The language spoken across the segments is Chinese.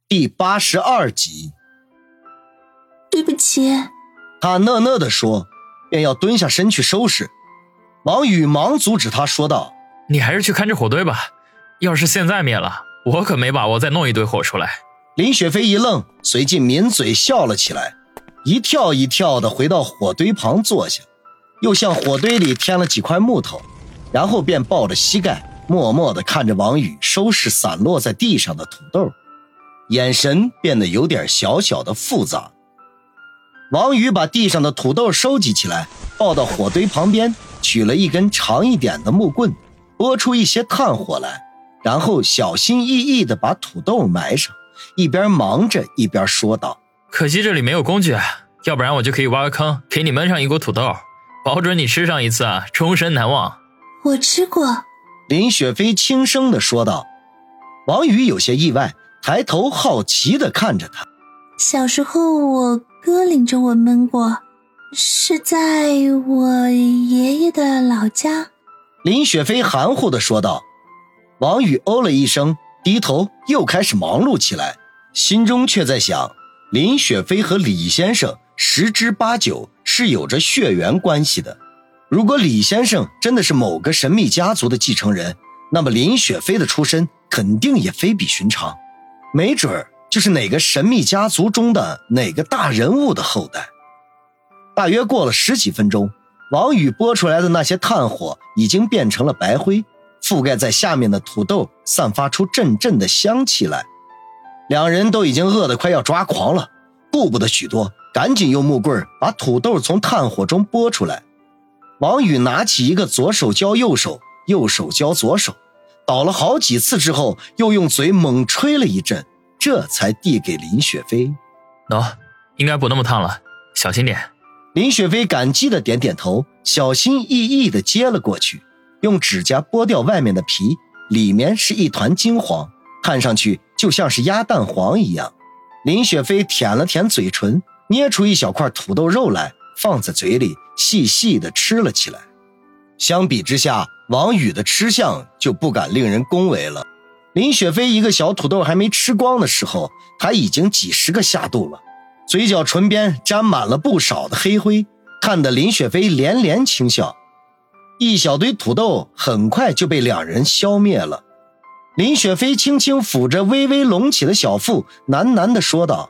第82集。 对不起， 他讷讷地说，便要蹲下身去收拾。王宇忙阻止他说道， 你还是去看着火堆吧，要是现在灭了，我可没把握再弄一堆火出来。 林雪飞一愣，随即抿嘴笑了起来，一跳一跳地回到火堆旁坐下，又向火堆里添了几块木头，然后便抱着膝盖默默地看着王宇收拾散落在地上的土豆，眼神变得有点小小的复杂。王宇把地上的土豆收集起来，抱到火堆旁边，取了一根长一点的木棍，拨出一些炭火来，然后小心翼翼地把土豆埋上，一边忙着一边说道， 可惜这里没有工具，要不然我就可以挖个坑给你焖上一锅土豆，保准你吃上一次终身难忘。 我吃过。 林雪飞轻声地说道。王宇有些意外，抬头好奇地看着他。 小时候我哥领着我焖过，是在我爷爷的老家。 林雪飞含糊地说道。王宇哦了一声，低头又开始忙碌起来，心中却在想，林雪飞和李先生十之八九是有着血缘关系的。如果李先生真的是某个神秘家族的继承人，那么林雪飞的出身肯定也非比寻常，没准就是哪个神秘家族中的哪个大人物的后代。大约过了10几分钟，王宇拨出来的那些炭火已经变成了白灰，覆盖在下面的土豆散发出阵阵的香气来。两人都已经饿得快要抓狂了，顾不得许多，赶紧用木棍把土豆从炭火中拨出来。王宇拿起一个左手教右手，右手教左手，倒了好几次之后，又用嘴猛吹了一阵，这才递给林雪飞。 应该不那么烫了，小心点。 林雪飞感激地点点头，小心翼翼地接了过去，用指甲剥掉外面的皮，里面是一团金黄，看上去就像是鸭蛋黄一样。林雪飞舔了舔嘴唇，捏出一小块土豆肉来，放在嘴里细细地吃了起来。相比之下，王宇的吃相就不敢令人恭维了。林雪飞一个小土豆还没吃光的时候，他已经几10个下肚了，嘴角唇边沾满了不少的黑灰，看得林雪飞连连轻笑。一小堆土豆很快就被两人消灭了。林雪飞轻轻抚着微微隆起的小腹，喃喃地说道，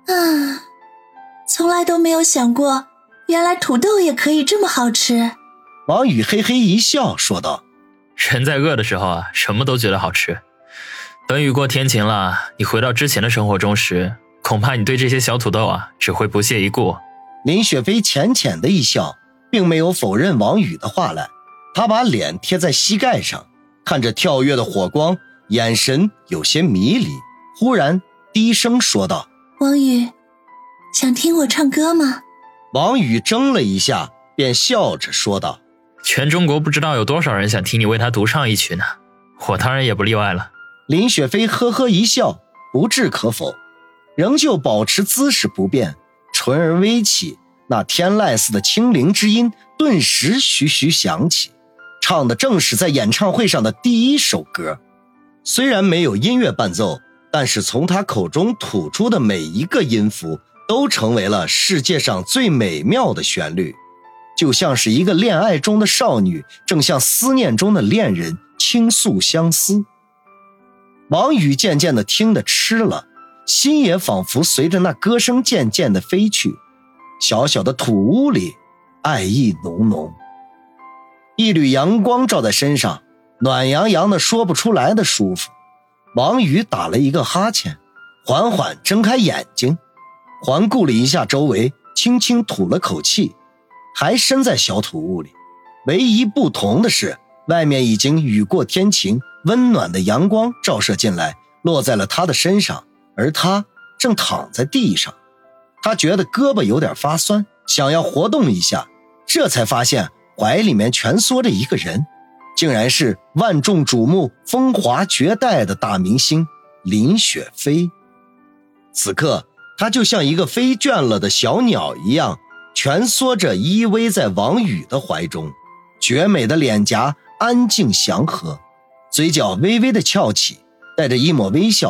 从来都没有想过，原来土豆也可以这么好吃。 王宇嘿嘿一笑说道， 人在饿的时候什么都觉得好吃。等雨过天晴了，你回到之前的生活中时，恐怕你对这些小土豆只会不屑一顾。 林雪飞浅浅的一笑，并没有否认王宇的话来，他把脸贴在膝盖上，看着跳跃的火光，眼神有些迷离，忽然低声说道， 王宇，想听我唱歌吗？ 王宇怔了一下，便笑着说道， 全中国不知道有多少人想听你为他独唱一曲呢，我当然也不例外了。 林雪飞呵呵一笑，不置可否，仍旧保持姿势不变，唇儿微起，那天籁似的清灵之音顿时徐徐响起，唱的正是在演唱会上的第一首歌。虽然没有音乐伴奏，但是从他口中吐出的每一个音符都成为了世界上最美妙的旋律，就像是一个恋爱中的少女正向思念中的恋人倾诉相思。王宇渐渐地听得痴了，心也仿佛随着那歌声渐渐地飞去。小小的土屋里，爱意浓浓，一缕阳光照在身上，暖洋洋的说不出来的舒服。王宇打了一个哈欠，缓缓睁开眼睛，环顾了一下周围，轻轻吐了口气，还身在小土屋里。唯一不同的是，外面已经雨过天晴，温暖的阳光照射进来，落在了他的身上，而他正躺在地上。他觉得胳膊有点发酸，想要活动一下，这才发现怀里面蜷缩着一个人，竟然是万众瞩目、风华绝代的大明星林雪飞。此刻他就像一个飞倦了的小鸟一样，蜷缩着依偎在王宇的怀中，绝美的脸颊安静祥和，嘴角微微的翘起，带着一抹微笑，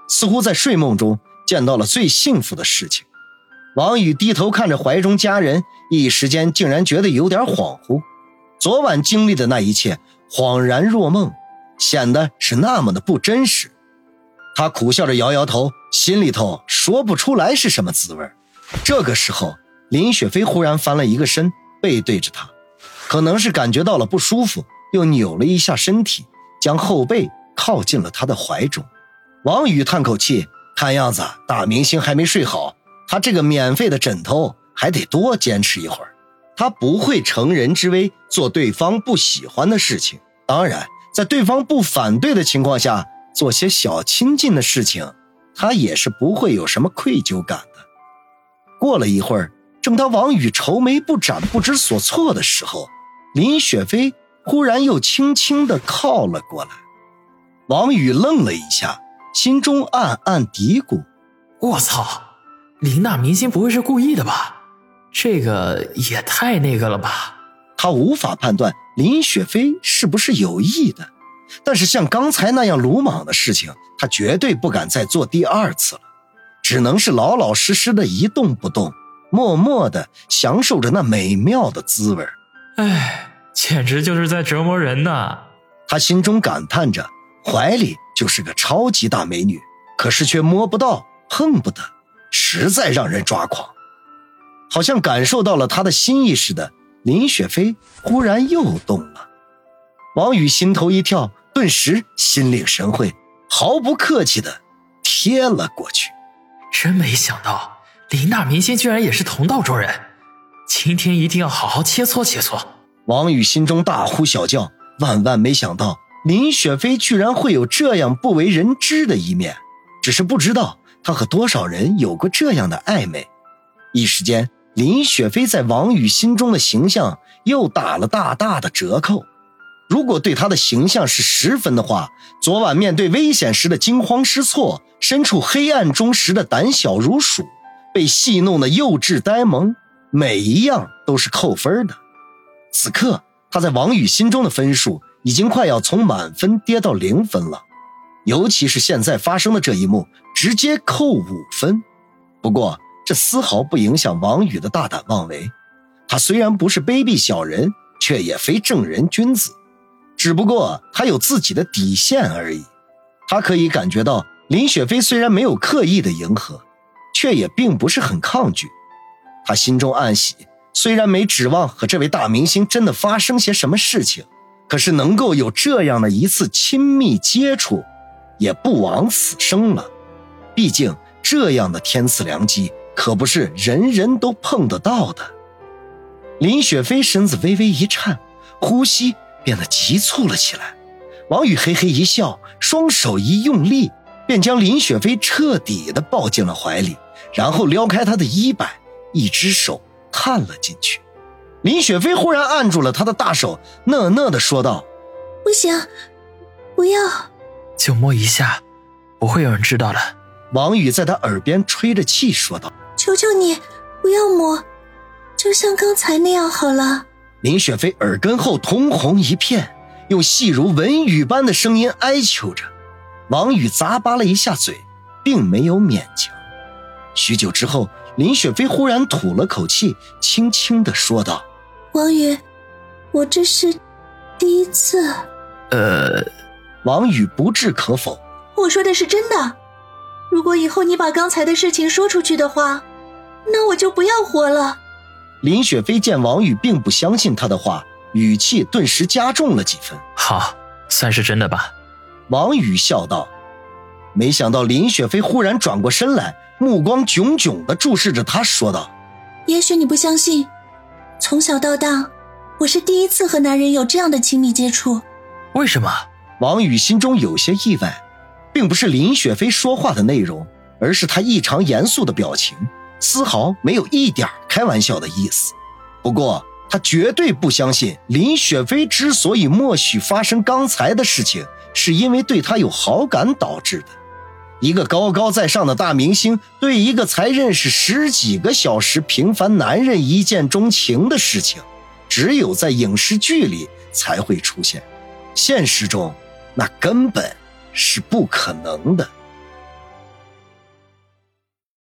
似乎在睡梦中见到了最幸福的事情。王宇低头看着怀中家人，一时间竟然觉得有点恍惚。昨晚经历的那一切恍然若梦，显得是那么的不真实。他苦笑着摇摇头，心里头说不出来是什么滋味。这个时候，林雪飞忽然翻了一个身，背对着他，可能是感觉到了不舒服，又扭了一下身体，将后背靠进了他的怀中。王宇叹口气，看样子大明星还没睡好，他这个免费的枕头还得多坚持一会儿。他不会乘人之危做对方不喜欢的事情，当然在对方不反对的情况下做些小亲近的事情，他也是不会有什么愧疚感的。过了一会儿，正当王宇愁眉不展不知所措的时候，林雪飞忽然又轻轻地靠了过来。王宇愣了一下，心中暗暗嘀咕， 我操，林大明星不会是故意的吧？这个也太那个了吧。 他无法判断林雪飞是不是有意的，但是像刚才那样鲁莽的事情，他绝对不敢再做第二次了，只能是老老实实的一动不动，默默地享受着那美妙的滋味。 哎，简直就是在折磨人呐。 他心中感叹着，怀里就是个超级大美女，可是却摸不到碰不得，实在让人抓狂。好像感受到了他的心意似的，林雪飞忽然又动了。王宇心头一跳，顿时心领神会，毫不客气地贴了过去。 真没想到林大明星居然也是同道中人，今天一定要好好切磋切磋。 王宇心中大呼小叫，万万没想到林雪飞居然会有这样不为人知的一面，只是不知道他和多少人有过这样的暧昧。一时间，林雪飞在王宇心中的形象又打了大大的折扣。如果对他的形象是10分的话，昨晚面对危险时的惊慌失措，身处黑暗中时的胆小如鼠，被戏弄的幼稚呆萌，每一样都是扣分的。此刻他在王宇心中的分数已经快要从满分跌到0分了，尤其是现在发生的这一幕，直接扣5分。不过这丝毫不影响王宇的大胆妄为，他虽然不是卑鄙小人，却也非正人君子，只不过他有自己的底线而已。他可以感觉到林雪飞虽然没有刻意的迎合，却也并不是很抗拒。他心中暗喜，虽然没指望和这位大明星真的发生些什么事情，可是能够有这样的一次亲密接触，也不枉此生了。毕竟这样的天赐良机可不是人人都碰得到的。林雪飞身子微微一颤，呼吸变得急促了起来。王宇嘿嘿一笑，双手一用力，便将林雪飞彻底地抱进了怀里，然后撩开她的衣摆，一只手探了进去。林雪飞忽然按住了他的大手，讷讷地说道， 不行，不要， 就摸一下，不会有人知道的。 王宇在他耳边吹着气说道， 求求你不要摸，就像刚才那样好了。 林雪飞耳根后通红一片，用细如蚊语般的声音哀求着。王宇咂巴了一下嘴，并没有勉强。许久之后，林雪飞忽然吐了口气，轻轻地说道， 王宇，我这是第一次。 王宇不置可否， 我说的是真的，如果以后你把刚才的事情说出去的话，那我就不要活了。 林雪飞见王宇并不相信他的话，语气顿时加重了几分。 好，算是真的吧。 王宇笑道。没想到林雪飞忽然转过身来，目光炯炯地注视着他，说道， 也许你不相信，从小到大，我是第一次和男人有这样的亲密接触。 为什么？ 王宇心中有些意外，并不是林雪飞说话的内容，而是他异常严肃的表情，丝毫没有一点开玩笑的意思。不过他绝对不相信林雪飞之所以默许发生刚才的事情，是因为对他有好感导致的。一个高高在上的大明星对一个才认识10几个小时平凡男人一见钟情的事情，只有在影视剧里才会出现，现实中那根本是不可能的。